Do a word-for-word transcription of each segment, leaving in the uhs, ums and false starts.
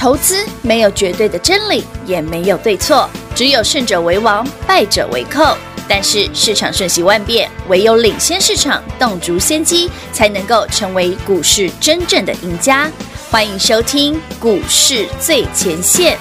投资没有绝对的真理，也没有对错，只有胜者为王，败者为寇。但是市场瞬息万变，唯有领先市场，洞烛先机，才能够成为股市真正的赢家。欢迎收听股市最前线。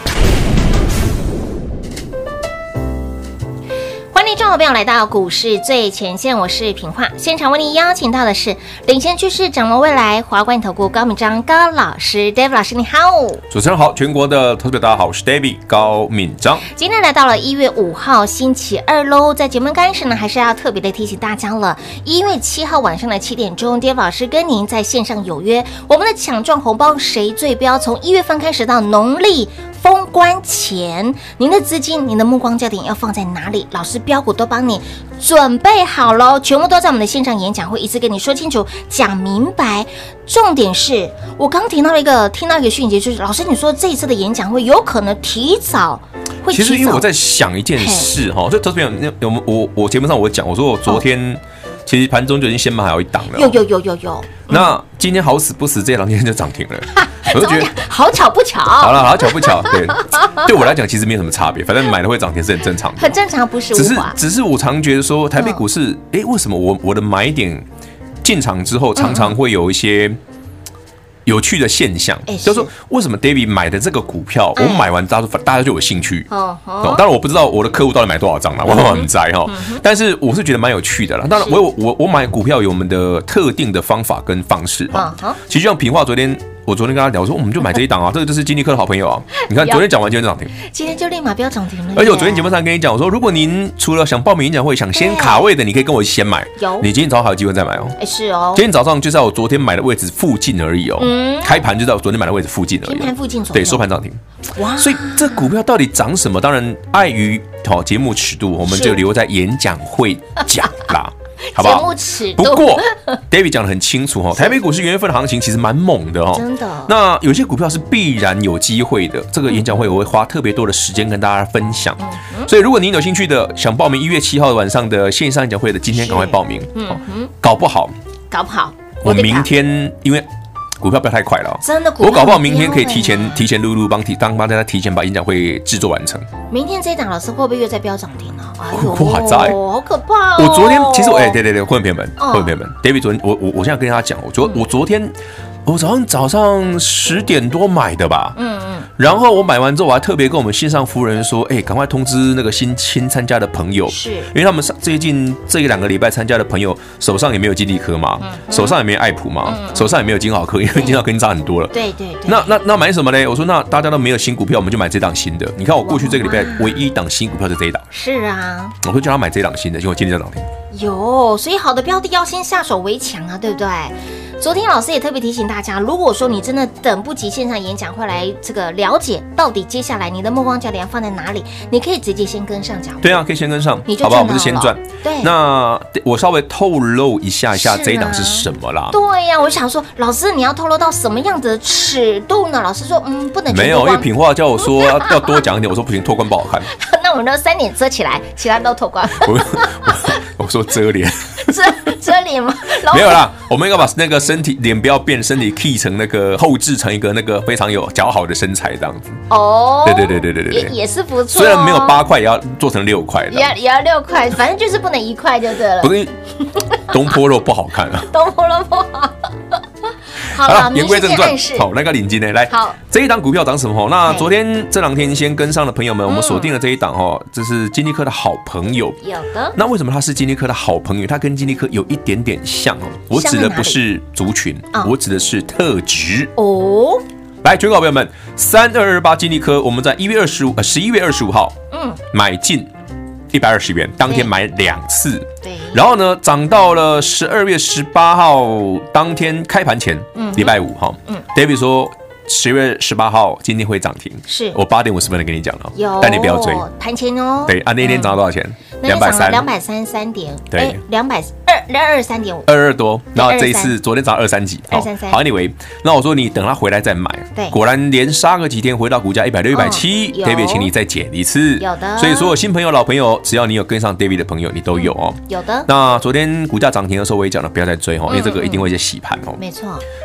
欢迎众朋友来到股市最前线，我是品化。现场为您邀请到的是领先趋势、掌握未来华冠投顾高敏章高老师 ，David 老师，你好。 主持人好，全国的投资者大家好，我是 David 高敏章。 今天来到了一月五号星期二喽，在节目开始呢，还是要特别的提醒大家了。一月七号晚上的七点钟 ，David 老师跟您在线上有约，我们的抢赚红包谁最标？从一月份开始到农历封关前，您的资金、您的目光焦点要放在哪里？老师标股都帮你准备好了，全部都在我们的线上演讲会一次跟你说清楚、讲明白。重点是我刚听到了一个听到一个讯息，就是老师你说这一次的演讲会有可能提早。 其实因为我在想一件事哈，就特别有我我节目上我讲，我说我昨天、哦、其实盘中就已经先买好一档了， 有有有有有。 那今天好死不死，这两天就涨停了。我就觉得好巧不巧， 好了，好巧不巧，对，对我来讲其实没有什么差别，反正买了会涨停是很正常的， 很正常，不是无法。 只是只是我常觉得说，台北股市，哎、嗯，为什么我我的买点进场之后，常常会有一些有趣的现象，嗯、就是说为什么 David 买的这个股票，我买完大家大家就有兴趣。哦、嗯，当然我不知道我的客户到底买多少张了，我很在哈，但是我是觉得蛮有趣的啦。当然我有我我买股票有我们的特定的方法跟方式哈。嗯、其实像品化昨天。我昨天跟他聊，我说我们就买这一档啊，这个就是金立科的好朋友啊。你看昨天讲完今天就涨停， 今天就立马飙涨停了。 而且我昨天节目上跟你讲，我说如果您除了想报名演讲会，想先卡位的，你可以跟我先买。有，你今天早上还有机会再买哦。 哎，是哦。今天早上就在我昨天买的位置附近而已哦。嗯。开盘就在我昨天买的位置附近而已。 开盘附近。 对，收盘涨停。哇！所以这股票到底涨什么？当然碍于好节目尺度，我们就留在演讲会讲啦。好不好？不过 David 讲得很清楚哈，台北股市元月份的行情其实蛮猛的哈， 真的。 那有些股票是必然有机会的，这个演讲会我会花特别多的时间跟大家分享。嗯、所以如果您有兴趣的，想报名一月七号晚上的线上演讲会的，今天赶快报名。嗯、搞不好， 搞不好， 我明天因为。股票不要太快了、喔， 真的。 我搞不好明天可以提前提前录录，帮提当帮大家提前把演讲会制作完成。 明天这一档老师会不会又在飙涨停呢？哎呦， 哇塞， 好可怕哦！ 我昨天其实我哎、欸，对对对，会员朋友们，会员朋友们 ，David 昨天我我我现在跟大家讲，我昨我昨天我早上早上十点多买的吧，嗯嗯，然后我买完之后，我还特别跟我们线上服务人说，哎、欸，赶快通知那个新新参加的朋友， 是因为他们最近这一两个礼拜参加的朋友手上也没有金立科嘛，嗯、手上也没有爱普嘛，嗯、手上也没有金豪科，因为金豪科已经涨很多了， 对对对。 那那那买什么呢？我说那大家都没有新股票，我们就买这档新的。你看我过去这个礼拜唯一一档新股票是这一档， 是啊， 我会叫他买这档新的，因为我今天就涨停。 有，所以好的标的要先下手为强啊，对不对？昨天老师也特别提醒大家，如果说你真的等不及线上演讲会来这个了解到底接下来你的目光焦点要放在哪里，你可以直接先跟上脚步。 对啊，可以先跟上， 你就好不好？不是先赚。 对。 那我稍微透露一下一下这一档是什么啦？ 对呀、啊，我想说，老师你要透露到什么样子的尺度呢？老师说，嗯，不能全没有，因为品化叫我说要要多讲一点，我说不行，脱光不好看。 那我们都三点遮起来，其他都脱光。 我我说遮脸。 遮遮脸吗？ 没有啦，我们应该把那个身体脸不要变，身体 key 成那个后置成一个那个非常有姣好的身材这样子。哦，对对对对对对， 也也是不错、哦。 虽然没有八块，也要做成六块的， 也要也要六块，反正就是不能一块就对了。 不是东坡肉不好看啊， 东坡肉不好。好了，言归正传，好，那个领金呢？来， 好， 这一档股票涨什么？那昨天这两天先跟上的朋友们，我们锁定了这一档哦，这是金立科的好朋友。 有的。 那为什么他是金立科的好朋友？他跟金立科有一点点像哦。我指的不是族群，我指的是特质哦。来，全国朋友们，三二二八金立科，我们在一月二十五，呃，十一月二十五号，嗯，买进一百二十元，当天买两次。对。然后呢，涨到了十二月十八号当天开盘前，礼拜五哈。嗯。David 说。十月十八号今天会涨停，是我八点五十分的跟你讲了， 有， 但你不要追， 盘前哦。 对啊，那天涨了多少钱？两百三， 两百三十三点， 对， 两百二两二三点五， 二二多。然后这一次昨天涨二三几， 二三三。 好 ，anyway， 那我说你等它回来再买，对，果然连杀个几天，回到股价一百六、一百七，David 请你再减一次， 有的。 所以所有新朋友、老朋友，只要你有跟上 David 的朋友，你都有哦， 有的。 那昨天股价涨停的时候，我也讲了，不要再追哦，因为这个一定会一些洗盘哦， 没错。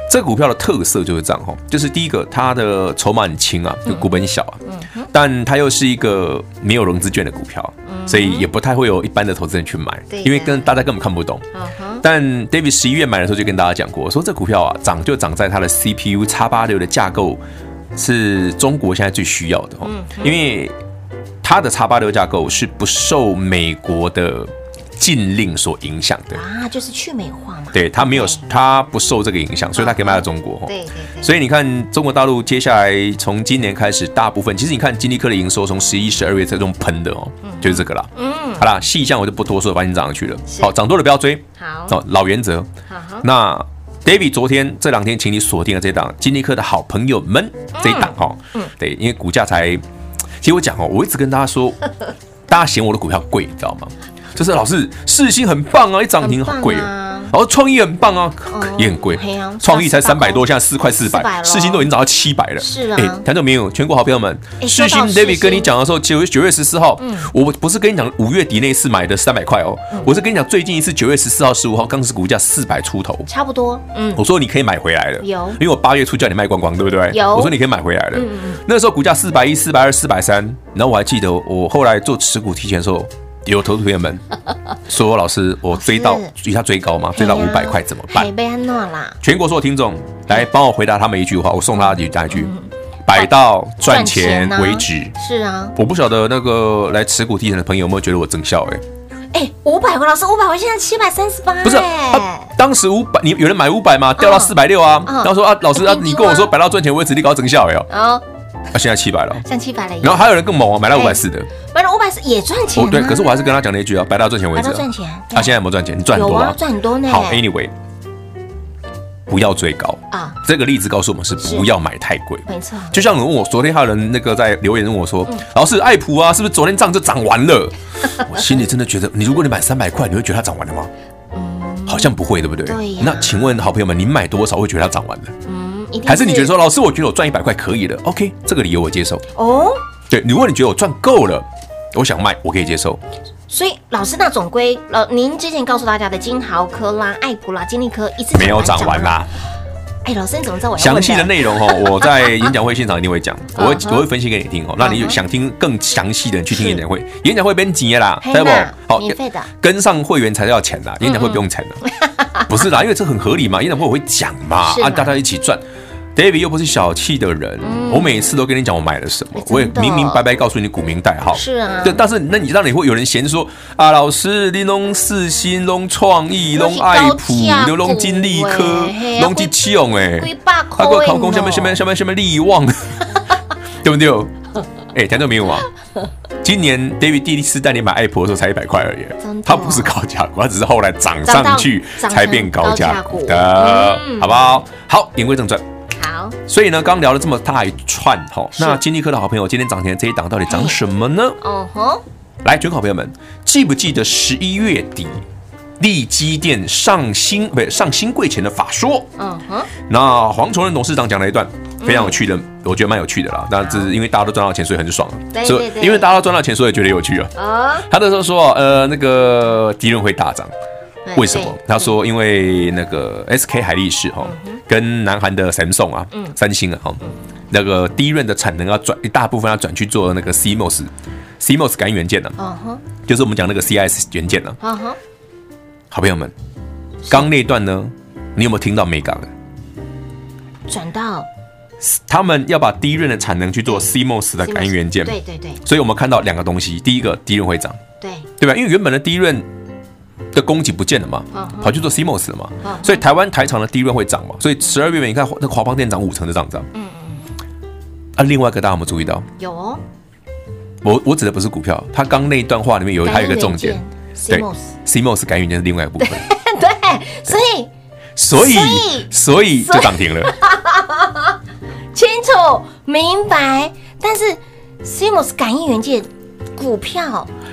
这个股票的特色就是这样哈，就是第一个，它的筹码很轻啊，就股本小啊，嗯、但它又是一个没有融资券的股票，嗯、所以也不太会有一般的投资人去买，因为跟大家根本看不懂。嗯、但 David 十一月买的时候就跟大家讲过，说这股票啊涨就涨在它的 C P U X 八六的架构是中国现在最需要的，嗯、因为它的 X 八六架构是不受美国的禁令所影响的啊，就是去美化嘛。 对，它没有，它不受这个影响，所以它可以卖到中国。 对对对。 所以你看，中国大陆接下来从今年开始，大部分其实你看金立科的营收从十一、十二月这种喷的哦，就是这个啦。嗯。好啦，细项我就不多说，反正涨上去了。好，涨多了不要追。 好。 哦，老原则。好。那 David 昨天这两天请你锁定了这档金立科的好朋友们这一档哈。嗯。对，因为股价才，其实我讲哦，我一直跟大家说，大家嫌我的股票贵，你知道吗？就是老师，世芯很棒啊，一涨停好贵哦。然后创意很棒啊，也很贵，创意才三百多，现在四块四百，世芯都已经涨到七百了。 是啊， 哎，听到没有？全国好朋友们，世芯 David 跟你讲的时候，九月九月十四号，我不是跟你讲五月底那次买的三百块哦，我是跟你讲最近一次九月十四号、十五号，当时股价四百出头， 差不多。嗯， 我说你可以买回来了， 有， 因为我八月初叫你卖光光，对不对？ 有， 我说你可以买回来了。那时候股价四百一、四百二、四百三，然后我还记得我后来做持股提前的时候。有投资朋友们说：“老师，我追到一下追高吗？追到五百块怎么办？”全国所有听众来帮我回答他们一句话，我送他一句：“摆到赚钱为止。” 是啊， 我不晓得那个来持股提前的朋友有没有觉得我增效？哎， 哎，五百块，老师，五百块现在七百三十八， 不是？当时五百，你有人买五百吗？掉到四百六啊。然后说啊，老师啊，你跟我说摆到赚钱为止，你搞增效哎哦。啊，现在七百了， 像七百了。 然后还有人更猛哦，买到五百四的， 买到五百四也赚钱。 哦，对，可是我还是跟他讲那一句啊，摆到赚钱为止。 摆到赚钱。 他现在有没有赚钱？你赚很多啊， 赚很多呢。 好 ，Anyway， 不要追高啊。这个例子告诉我们是不要买太贵。 没错。 就像有人问我，昨天还有人那个在留言问我说，老师，爱普啊，是不是昨天涨就涨完了？我心里真的觉得，你如果你买三百块，你会觉得它涨完了吗？嗯，好像不会，对不对？ 对呀。 那请问好朋友们，你买多少会觉得它涨完了？嗯。还是你觉得说，老师，我觉得我赚一百块可以了 ，OK， 这个理由我接受。哦，对，如果你觉得我赚够了，我想卖，我可以接受。 所以老师，那总归，老您之前告诉大家的金豪科啦、爱普啦、金立科一次没有涨完啦。 哎，老师，你怎么知道我要详细的内容哦？我在演讲会现场一定会讲，我会我会分析给你听哦。那你想听更详细的人去听演讲会，演讲会变钱的啦，对不？ 好，免费的， 跟上会员才要钱啦，演讲会不用钱的，不是啦，因为这很合理嘛，演讲会我会讲嘛，啊，大家一起赚。David 又不是小气的人，嗯、我每次都跟你讲我买了什么，我也明明白白告诉你股民代号。 是啊， 对，但是那你让你会有人嫌说啊，老师你弄世芯、弄创意、弄爱普、你弄金立科、弄金七勇哎，他给我考公下面下面下面下面利旺，对不对？哎，听到没有啊？今年 David 第四代你买爱普的时候才一百块而已，它不是高价股，它只是后来涨上去才变高价股的，好不好？好，言归正传。 好， 所以呢，刚聊了这么大一串哈，那金立科的好朋友今天涨停的这一档到底涨什么呢？哦吼，来，全国好朋友们，记不记得十一月底力积电上新不是上新柜前的法说？嗯哼，那黄崇仁董事长讲了一段非常有趣的，嗯、我觉得蛮有趣的啦。那这是因为大家都赚到钱，所以很爽、啊。 对对对， 因为大家都赚到钱，所以觉得有趣啊。哦、他那时候说，呃，那个敌人会大涨。为什么？他说，因为那个 S K 海力士哈，跟南韩的 Samsung 啊，三星啊哈，那个第一轮的产能要转一大部分要转去做那个 C M O S C M O S 感应元件呢、啊，就是我们讲那个 C I S 元件呢、啊。好朋友们，刚那段呢，你有没有听到美港的？ 转到他们要把第一轮的产能去做 C M O S 的感应元件， 对对对， 所以我们看到两个东西，第一个第一轮会涨， 对对吧？因为原本的第一轮的供给不见了嘛，跑去做 C M O S 了嘛，所以台湾台厂的第一轮会涨嘛，所以十二月你看那个华邦电涨五成的上涨，嗯嗯，啊，另外一个大家有没有注意到？ 有哦， 我我指的不是股票，他刚那一段话里面有还有一个重点， 对 ，C M O S 感应元件是另外一个部分， 对，所以所以所以就涨停了， 清楚明白，但是 C M O S 感应元件股票。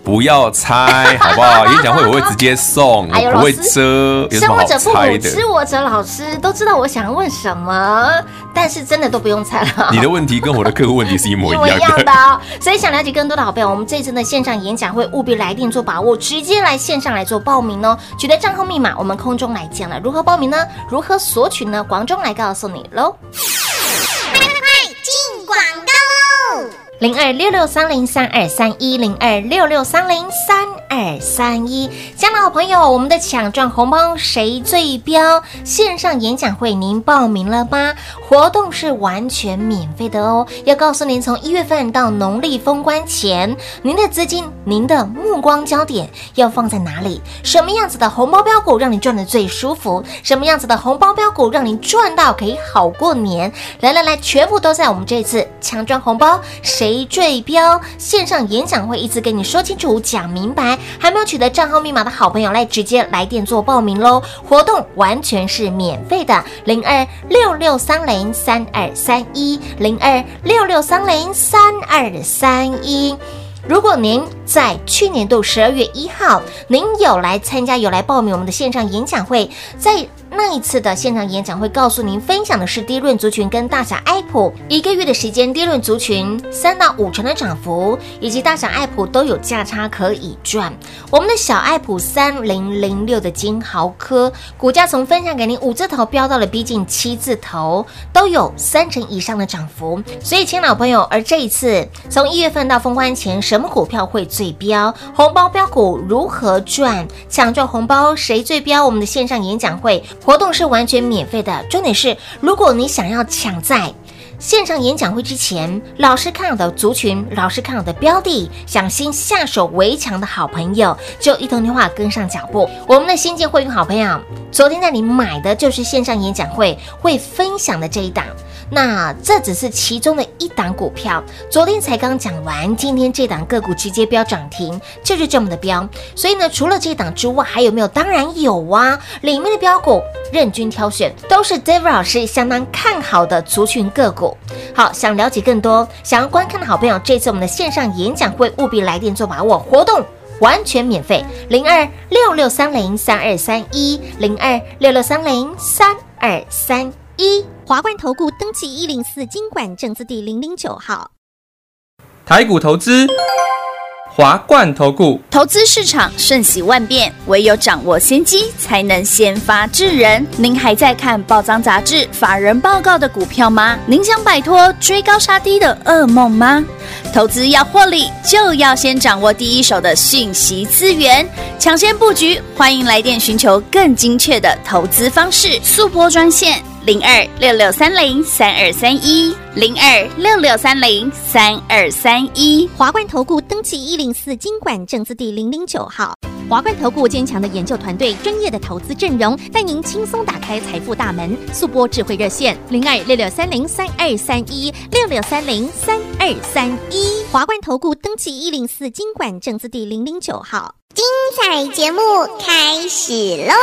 不要猜，好不好？演讲会我会直接送， 哎、 我不会遮，有什么好猜的？ 吃我者老师都知道我想要问什么，但是真的都不用猜了。 你的问题跟我的客户问题是一模一样的， 一样的哦。所以想了解更多的好朋友，我们这次的线上演讲会务必来电做把握，直接来线上来做报名哦。取得账号密码，我们空中来讲了。如何报名呢？如何索取呢？广中来告诉你喽。 快快快，进广告喽！ 零二六六三零三二三一零二六六三零三二三一，亲爱的好朋友，我们的抢赚红包谁最标线上演讲会，您报名了吗？活动是完全免费的哦。要告诉您，从一月份到农历封关前，您的资金、您的目光焦点要放在哪里？什么样子的红包标股让你赚得最舒服？什么样子的红包标股让你赚到可以好过年？来来来，全部都在我们这次抢赚红包谁谁最标线上演讲会，一次给你说清楚讲明白。还没有取得账号密码的好朋友，来直接来电做报名喽！活动完全是免费的，零二六六三零三二三一零二六六三零三二三一。如果您在去年度十二月一号，您有来参加、有来报名我们的线上演讲会，在那一次的线上演讲会，告诉您分享的是低润族群跟大小爱普一个月的时间，低润族群三到五成的涨幅，以及大小爱普都有价差可以赚。我们的小爱普三零零六的金豪科股价从分享给您五字头飙到了逼近七字头，都有三成以上的涨幅。所以，亲爱的朋友，而这一次从一月份到封关前，什么股票会最标？红包标股如何赚？抢赚红包谁最标？我们的线上演讲会活动是完全免费的，重点是，如果你想要抢在线上演讲会之前，老师看好的族群，老师看好的标的，想先下手为强的好朋友，就一通电话跟上脚步。我们的新进会员好朋友，昨天在你买的就是线上演讲会会分享的这一档。那这只是其中的一档股票，昨天才刚讲完，今天这档个股直接飙涨停，就是这么的飙。所以呢，除了这档之外，还有没有？当然有啊，里面的标股任君挑选，都是 David 老师相当看好的族群个股。好，想了解更多，想要观看的好朋友，这次我们的线上演讲会务必来电做把握，活动完全免费，零二六六三零三二三一零二六六三零三二三一。 华冠投顾登记一零四金管证字第零零九号。 台股投资，华冠投顾。 投资市场瞬息万变，唯有掌握先机，才能先发制人。您还在看报章杂志、法人报告的股票吗？您想摆脱追高杀低的噩梦吗？投资要获利，就要先掌握第一手的讯息资源，抢先布局。欢迎来电寻求更精确的投资方式，速拨专线零二六六三零三二三一零二六六三零三二三一。 华冠投顾登记一零四金管证字第零零九号。华冠投顾坚强的研究团队，专业的投资阵容，带您轻松打开财富大门。速拨智慧热线零二六六三零三二三一六六三零三二三一。华冠投顾登记一零四金管证字第零零九号。精彩节目开始喽！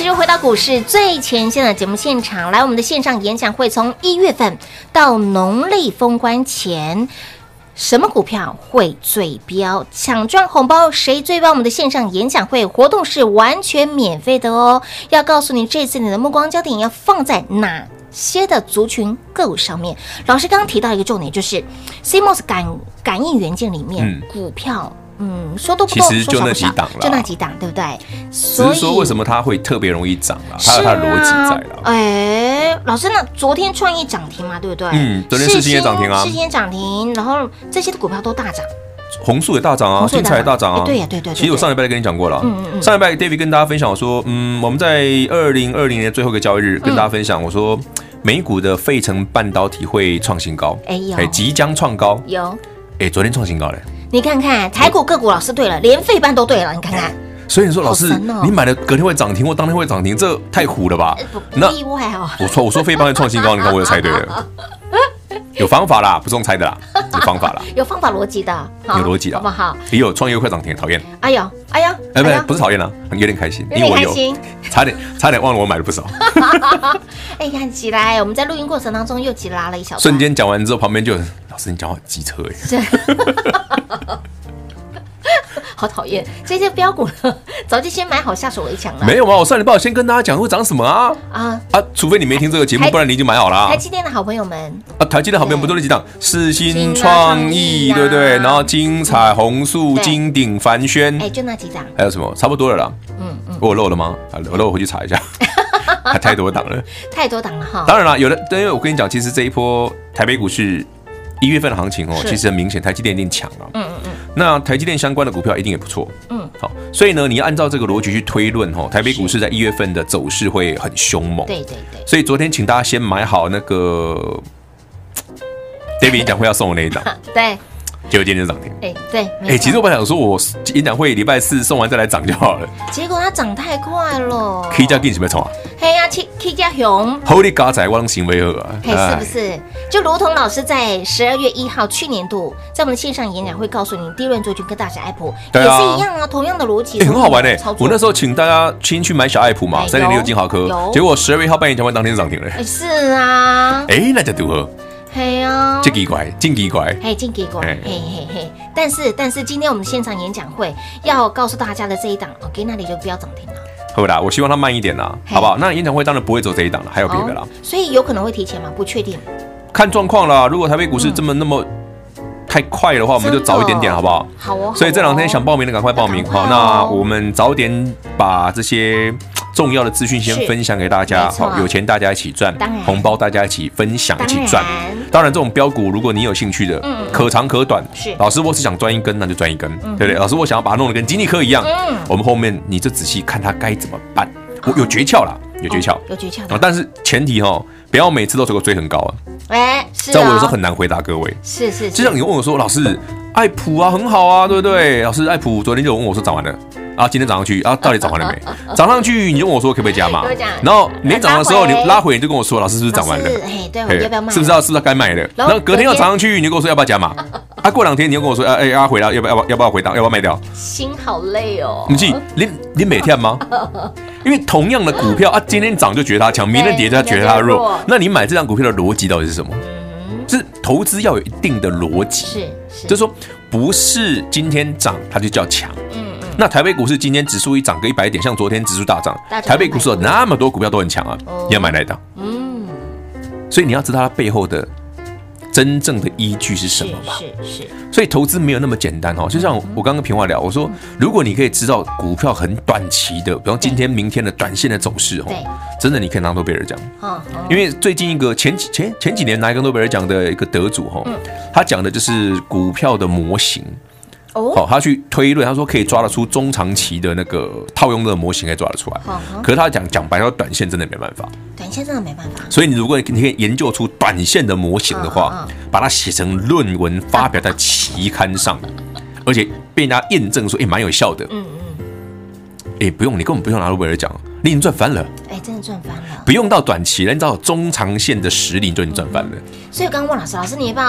持续回到股市最前线的节目现场，来我们的线上演讲会，从一月份到农历封关前。什么股票会最标？抢赚红包谁最标？我们的线上演讲会活动是完全免费的哦。要告诉你，这次你的目光焦点要放在哪些的族群个股上面？老师刚刚提到一个重点，就是 C M O S 感感应元件里面、嗯、股票。嗯，说多不多， 其实就那几档了， 就那几档，对不对？ 只是说为什么它会特别容易涨啦，它有它的逻辑在啦。 哎，老师，那昨天创意涨停嘛，对不对？ 嗯，昨天世芯也涨停啊， 世芯也涨停，然后这些的股票都大涨。 红树也大涨啊，精彩也大涨啊， 对呀，对对。 其实我上礼拜跟你讲过了，嗯嗯，上礼拜 David 跟大家分享我说，嗯，我们在二零二零年最后一个交易日跟大家分享，我说美股的费城半导体会创新高， 哎有， 哎即将创高， 有， 哎昨天创新高嘞。 你看看台股个股，老师对了，连费半都对了，你看看。 所以你说老师，哦、你买的隔天会涨停或当天会涨停，这太虎了吧？ 那意外哦。 我说我说费半会创新高，你看我就猜对了。有方法啦，不是用猜的啦，有方法啦， 有方法逻辑的， 有逻辑的， 好不好？ 也有创业快涨停，讨厌。 哎呦，哎呦， 哎不是不是讨厌啦，有点开心，因为我有，差点差点忘了我买了不少。 哎，看起来我们在录音过程当中又急拉了一小段。 瞬间讲完之后，旁边就老师你讲话很机车哎。 好讨厌这些标股呢，早就先买好下手为强了。 没有啊，我上礼拜我先跟大家讲会涨什么啊啊啊！除非你没听这个节目，不然你已经买好了。 台积电的好朋友们啊，台积电的好朋友不都是几档？世芯创意，对不对？然后精彩、红树、金鼎、凡轩， 哎，就那几档。 还有什么？差不多了啦。嗯嗯，我有漏了吗？我漏回去查一下。还太多档了， 太多档了哈。 当然了，有的，因为我跟你讲，其实这一波台北股市一月份的行情哦，其实很明显，台积电一定强啊。嗯嗯嗯。那台积电相关的股票一定也不错。嗯。好，所以呢，你要按照这个逻辑去推论哦，台北股市在一月份的走势会很凶猛。 对对对。 所以昨天请大家先买好那个 David 演讲会要送的那一档。 对。 结果今天就涨停。 哎，对。 哎，其实我本来想说，我演讲会礼拜四送完再来涨就好了。 结果它涨太快了。 K 加 G 什么冲啊？ 嘿呀 ，K K 加熊。 Holy 嘎仔，我能行为何啊？ 嘿，是不是？就如同老师在十二月一号去年度在我们的线上演讲会告诉你，第一轮族群跟大小爱普也是一样啊，同样的逻辑。 很好玩哎！我那时候请大家先去买小爱普嘛，三点六金豪科，结果十二月一号半演讲会当天涨停了。 是啊。 哎，那就如何？ 嘿啊， 真奇怪，真奇怪， 嘿，真奇怪，嘿嘿嘿。但是，但是今天我们现场演讲会要告诉大家的这一档 ，OK， 那里就不要涨停了。 好啦，我希望它慢一点啦，好不好？那演讲会当然不会走这一档了，还有别的啦。 所以有可能会提前吗？不确定， 看状况啦。如果台北股市这么那么太快的话，我们就早一点点，好不好？ 好哦。 所以这两天想报名的赶快报名，好，那我们早点把这些重要的资讯先分享给大家，好，有钱大家一起赚，红包大家一起分享一起赚。当然，这种标股如果你有兴趣的，嗯、可长可短。是，老师我是想赚一根，那就赚一根，嗯、对不对？老师我想要把它弄得跟金利科一样，嗯、我们后面你就仔细看它该怎么办。我有诀窍啦，有诀窍，哦、 有诀窍、 哦。但是前提哈，不要每次都给我追很高啊。 哎，是、哦。 这样我有时候很难回答各位。 是 是, 是。 就像你问我说，老师，爱普啊很好啊，对不对？老师，爱普昨天就问我说涨完了。啊，今天涨上去啊，到底涨完了没？涨上去你就问我说可不可以加码？然后没涨的时候你拉回你就跟我说，老师是不是涨完了？ 嘿，对，我要不要卖？ 是不是要是不是该卖的？然后隔天又涨上去，你就跟我说要不要加码？啊，过两天你又跟我说，哎哎，回来要不要要不要回档？要不要卖掉？ 心好累哦。 你记你你每天吗？因为同样的股票啊，今天涨就觉得它强，明天跌就觉得它弱。那你买这张股票的逻辑到底是什么？是投资要有一定的逻辑，是，就是说不是今天涨它就叫强。那台北股市今天指数一涨个一百点，像昨天指数大涨，台北股市有那么多股票都很强啊，你要买哪一档？嗯，所以你要知道它背后的真正的依据是什么嘛？是是。所以投资没有那么简单哦，就像我刚刚跟平华聊，我说如果你可以知道股票很短期的，比方今天、明天的短线的走势哦，真的你可以拿诺贝尔奖。因为最近一个前几前前几年拿一个诺贝尔奖的一个得主哦，他讲的就是股票的模型。哦，他去推论，他说可以抓得出中长期的那个套用的模型，可以抓得出来。可是他讲讲白了，短线真的没办法。 短线真的没办法。 所以你如果你可以研究出短线的模型的话，把它写成论文发表在期刊上，而且被人家验证说，哎，蛮有效的。嗯嗯。哎，不用，你根本不用拿诺贝尔奖，你已经赚翻了。 哎，真的赚翻了。 不用到短期了，你知道中长线的实力就已经赚翻了。 所以刚刚问老师，老师你要不要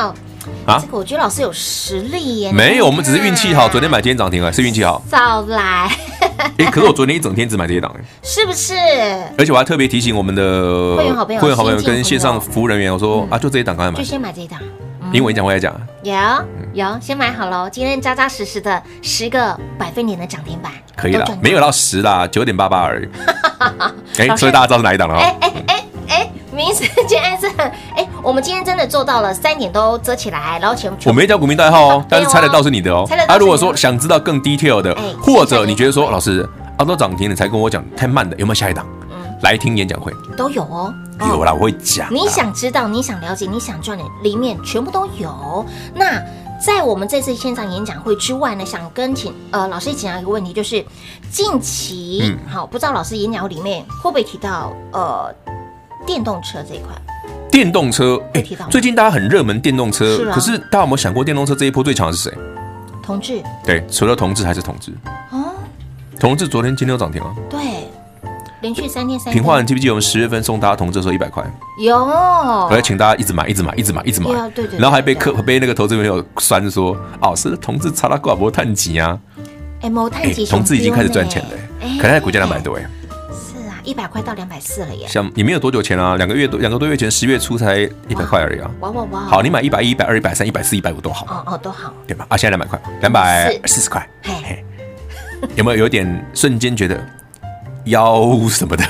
啊这个我觉得老师有实力耶。 没有，我们只是运气好，昨天买今天涨停了，是运气好。 少来， 哎，可是我昨天一整天只买这些档， 是不是？ 而且我还特别提醒我们的会员好朋友会员好朋友新进跟线上服务人员，我说啊，就这一档赶快买， 就先买这一档。 因为我演讲会来讲， 有有，先买好喽！今天扎扎实实的十个百分点的涨停板， 可以了，没有到十啦，九点八八而已。哎，所以大家知道是哪一档了？ 哎哎哎哎，名字竟然是哎，我们今天真的做到了，三点都遮起来，然后全部我没讲股民代号哦，但是猜得到是你的哦。啊，如果说想知道更 detail 的，或者你觉得说老师啊都涨停了才跟我讲太慢的，有没有下一档？来听演讲会都有哦。 有啦，我会讲。 你想知道，你想了解，你想赚的，里面全部都有。那在我们这次线上演讲会之外呢，想跟请呃老师请教一个问题，就是近期、嗯、好，不知道老师演讲会里面会不会提到呃电动车这一块？ 电动车，哎、欸，最近大家很热门电动车， 是啊、 可是大家有没有想过，电动车这一波最强的是谁？ 同志。 对，除了同志还是同志。哦，同志昨天今天有涨停啊？ 对。连续三天三天。 平话，你记不记得我们十月份送大家同志的时候一百块？ 有， 我还请大家一直买，一直买，一直买，一直买。 对啊，对 对, 对。 然后还被客被那个投资朋友酸说，哦，是同志差到挂波探几啊？ 哎，某探几， 同志已经开始赚钱了，可能在股价两百多哎。 是啊，一百块到两百四了耶。 像你没有多久前啊，两个月多两个多月前，十月初才一百块而已啊。 哇哇哇！ 好，你买一百一、一百二、一百三、一百四、一百五都好。 哦哦，都好， 对吧？啊，现在两百块，两百四十块。嘿嘿，有没有有点瞬间觉得？腰什么的，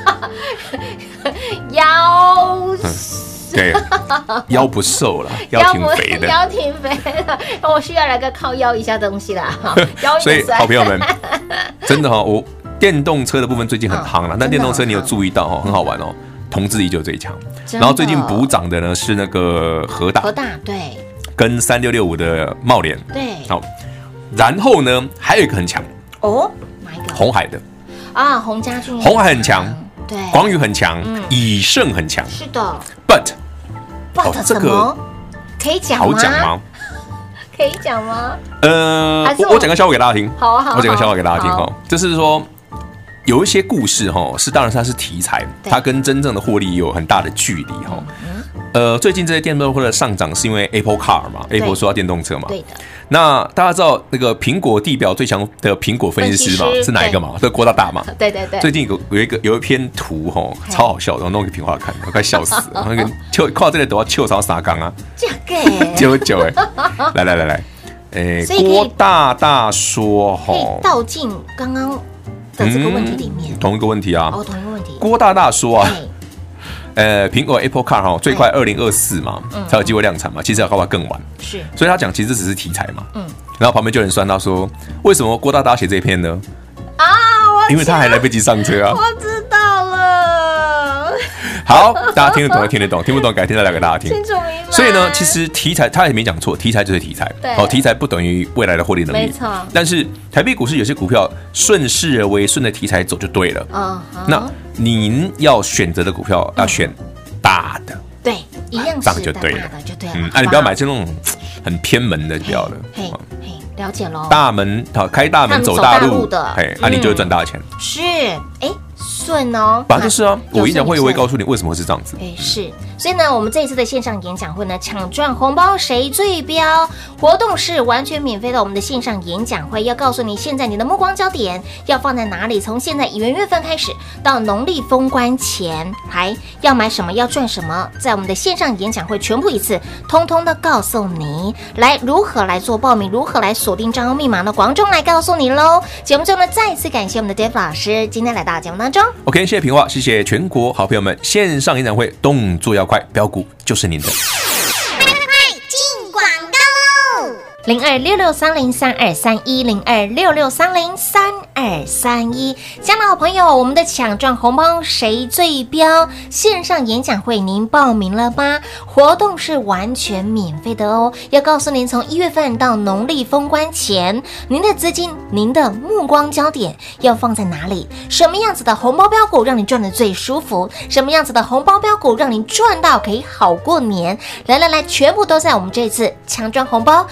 腰、嗯， 对，腰不瘦了，腰挺肥的， 腰挺肥的，我需要来个靠腰一下东西啦。腰所以，好朋友们，真的哈、哦，我电动车的部分最近很夯了，但、嗯、电动车你有注意到哦，很好玩哦，同志依旧最强，然后最近补涨的呢是那个和大， 和大对， 跟三六六五的茂联， 对， 好，然后呢还有一个很强哦，哪一个？ 鸿海的。 啊，洪家俊， 鸿海很强， 对， 广宇很强，嗯、以盛很强， 是的。 But， But、哦、这个可以讲吗？ 好讲吗？ 可以讲吗？ 呃，我我讲个笑话给大家听。 好啊，好啊。 我讲个笑话给大家听哈，就是说有一些故事哈，是当然它是题材，它跟真正的获利有很大的距离哈。嗯、呃，最近这些电动车的上涨是因为 Apple Car 嘛 ，Apple 说要电动车嘛， 对的。 那大家知道那个苹果地表最强的苹果分析师嘛，是哪一个嘛？是郭大大嘛？ 对对对。 最近有有一个有一篇图吼，超好笑的，我弄给平花看，我快笑死了。那个秋靠这里都要秋潮啥缸啊？ 这个九九哎，来来来来，诶，郭大大说吼， 倒进刚刚的这个问题里面， 嗯、同一个问题啊， 哦，同一个问题。 郭大大说啊。呃，苹果 Apple Car 哈，最快二零二四嘛，嗯、才有机会量产嘛，其实要搞到更晚。 是， 所以他讲其实只是题材嘛。嗯，然后旁边就有人酸他说，为什么郭大大写这篇呢？ 啊，我因为他还来不及上车啊。 我知道了。 好，大家听得懂就听得懂，听不懂改天再聊给大家听。 清楚明白。 所以呢，其实题材他也没讲错，题材就是题材。 对。 哦，题材不等于未来的获利能力。 没错。 但是台北股市有些股票顺势而为，顺着题材走就对了。嗯。那您要选择的股票要选。大的， 对，一样是就对了，就对了。嗯， 啊，你不要买这种很偏门的，不要了。 嘿，嘿，了解喽。 大门好，开大门走大路的， 哎，那你就会赚大钱。 是，哎，顺哦。 本来就是啊，我演讲会也会告诉你为什么会是这样子。 哎，是。所以呢，我们这一次的线上演讲会呢，抢赚红包谁最标活动是完全免费的。我们的线上演讲会要告诉你，现在你的目光焦点要放在哪里？从现在元月份开始到农历封关前，来要买什么，要赚什么，在我们的线上演讲会全部一次通通的告诉你。来，如何来做报名，如何来锁定账号密码呢？广中来告诉你喽。节目中呢，再次感谢我们的 Dave 老师今天来到节目当中。 OK， 谢谢平话，谢谢全国好朋友们，线上演讲会动作要快。标股就是您的， 快快快进广告喽！零二六六三零三二三一零二六六三零三二三一，家的好朋友，我们的抢赚红包谁最标？线上演讲会您报名了吗？活动是完全免费的哦。要告诉您，从一月份到农历封关前，您的资金、您的目光焦点要放在哪里？什么样子的红包标股让你赚得最舒服？什么样子的红包标股让你赚到可以好过年？来来来，全部都在我们这次抢赚红包谁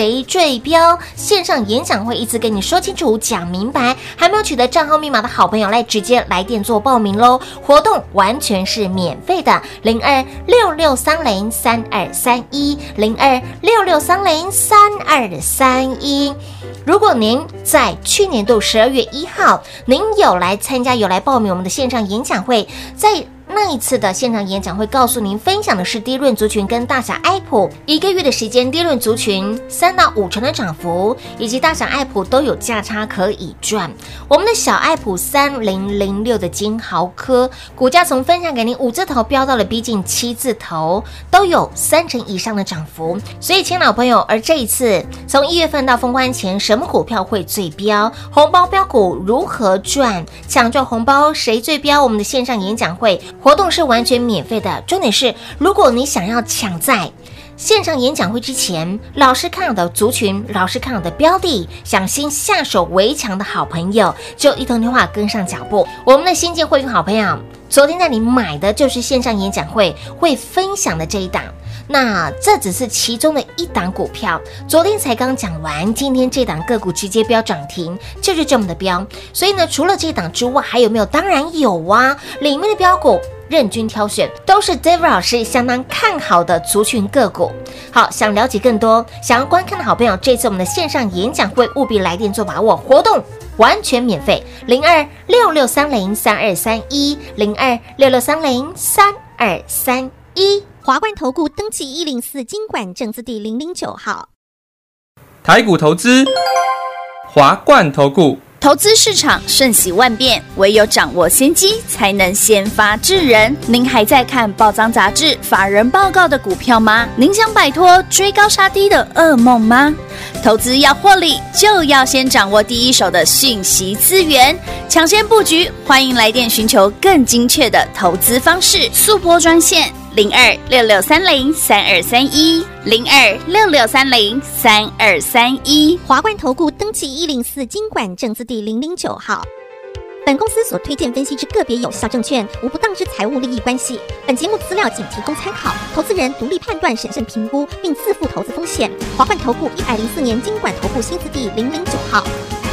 谁最标？线上演讲会一次跟你说清楚讲明白，还没有取得账号密码的好朋友来直接来电做报名喽！活动完全是免费的，零二六六三零三二三一零二六六三零三二三一。如果您在去年度十二月一号，您有来参加、有来报名我们的线上演讲会，在那一次的线上演讲会告诉您分享的是低润族群跟大小爱普一个月的时间，低润族群三到五成的涨幅，以及大小爱普都有价差可以赚。我们的小爱普三零零六的金豪科股价从分享给您五字头飙到了逼近七字头，都有三成以上的涨幅。所以亲老朋友，而这一次从一月份到封关前，什么股票会最飙？红包标股如何赚？抢赚红包谁最飙？我们的线上演讲会活动是完全免费的，重点是如果你想要抢在线上演讲会之前，老师看好的族群，老师看好的标的，想先下手为强的好朋友，就一通电话跟上脚步。我们的新进会员好朋友，昨天带你买的就是线上演讲会会分享的这一档，那这只是其中的一档股票，昨天才刚讲完，今天这档个股直接飙涨停，就是这么的飙。所以呢，除了这档之外，还有没有？当然有啊，里面的标股任君挑选，都是 David 老师相当看好的族群个股。好，想了解更多，想要观看的好朋友，这次我们的线上演讲会务必来电做把握，活动完全免费，零二六六三零三二三一零二六六三零三二三一。 华冠投顾登记一零四金管证字第零零九号。 台股投资，华冠投顾。 投资市场瞬息万变，唯有掌握先机，才能先发制人。您还在看报章杂志、法人报告的股票吗？您想摆脱追高杀低的噩梦吗？投资要获利，就要先掌握第一手的讯息资源，抢先布局。欢迎来电寻求更精确的投资方式，速拨专线零二六六三零三二三一零二六六三零三二三一。 华冠投顾登记一零四金管证字第零零九号。本公司所推荐分析之个别有效证券，无不当之财务利益关系。本节目资料仅提供参考，投资人独立判断、审慎评估，并自负投资风险。华冠投顾一百零四年金管投顾新字第零零九号。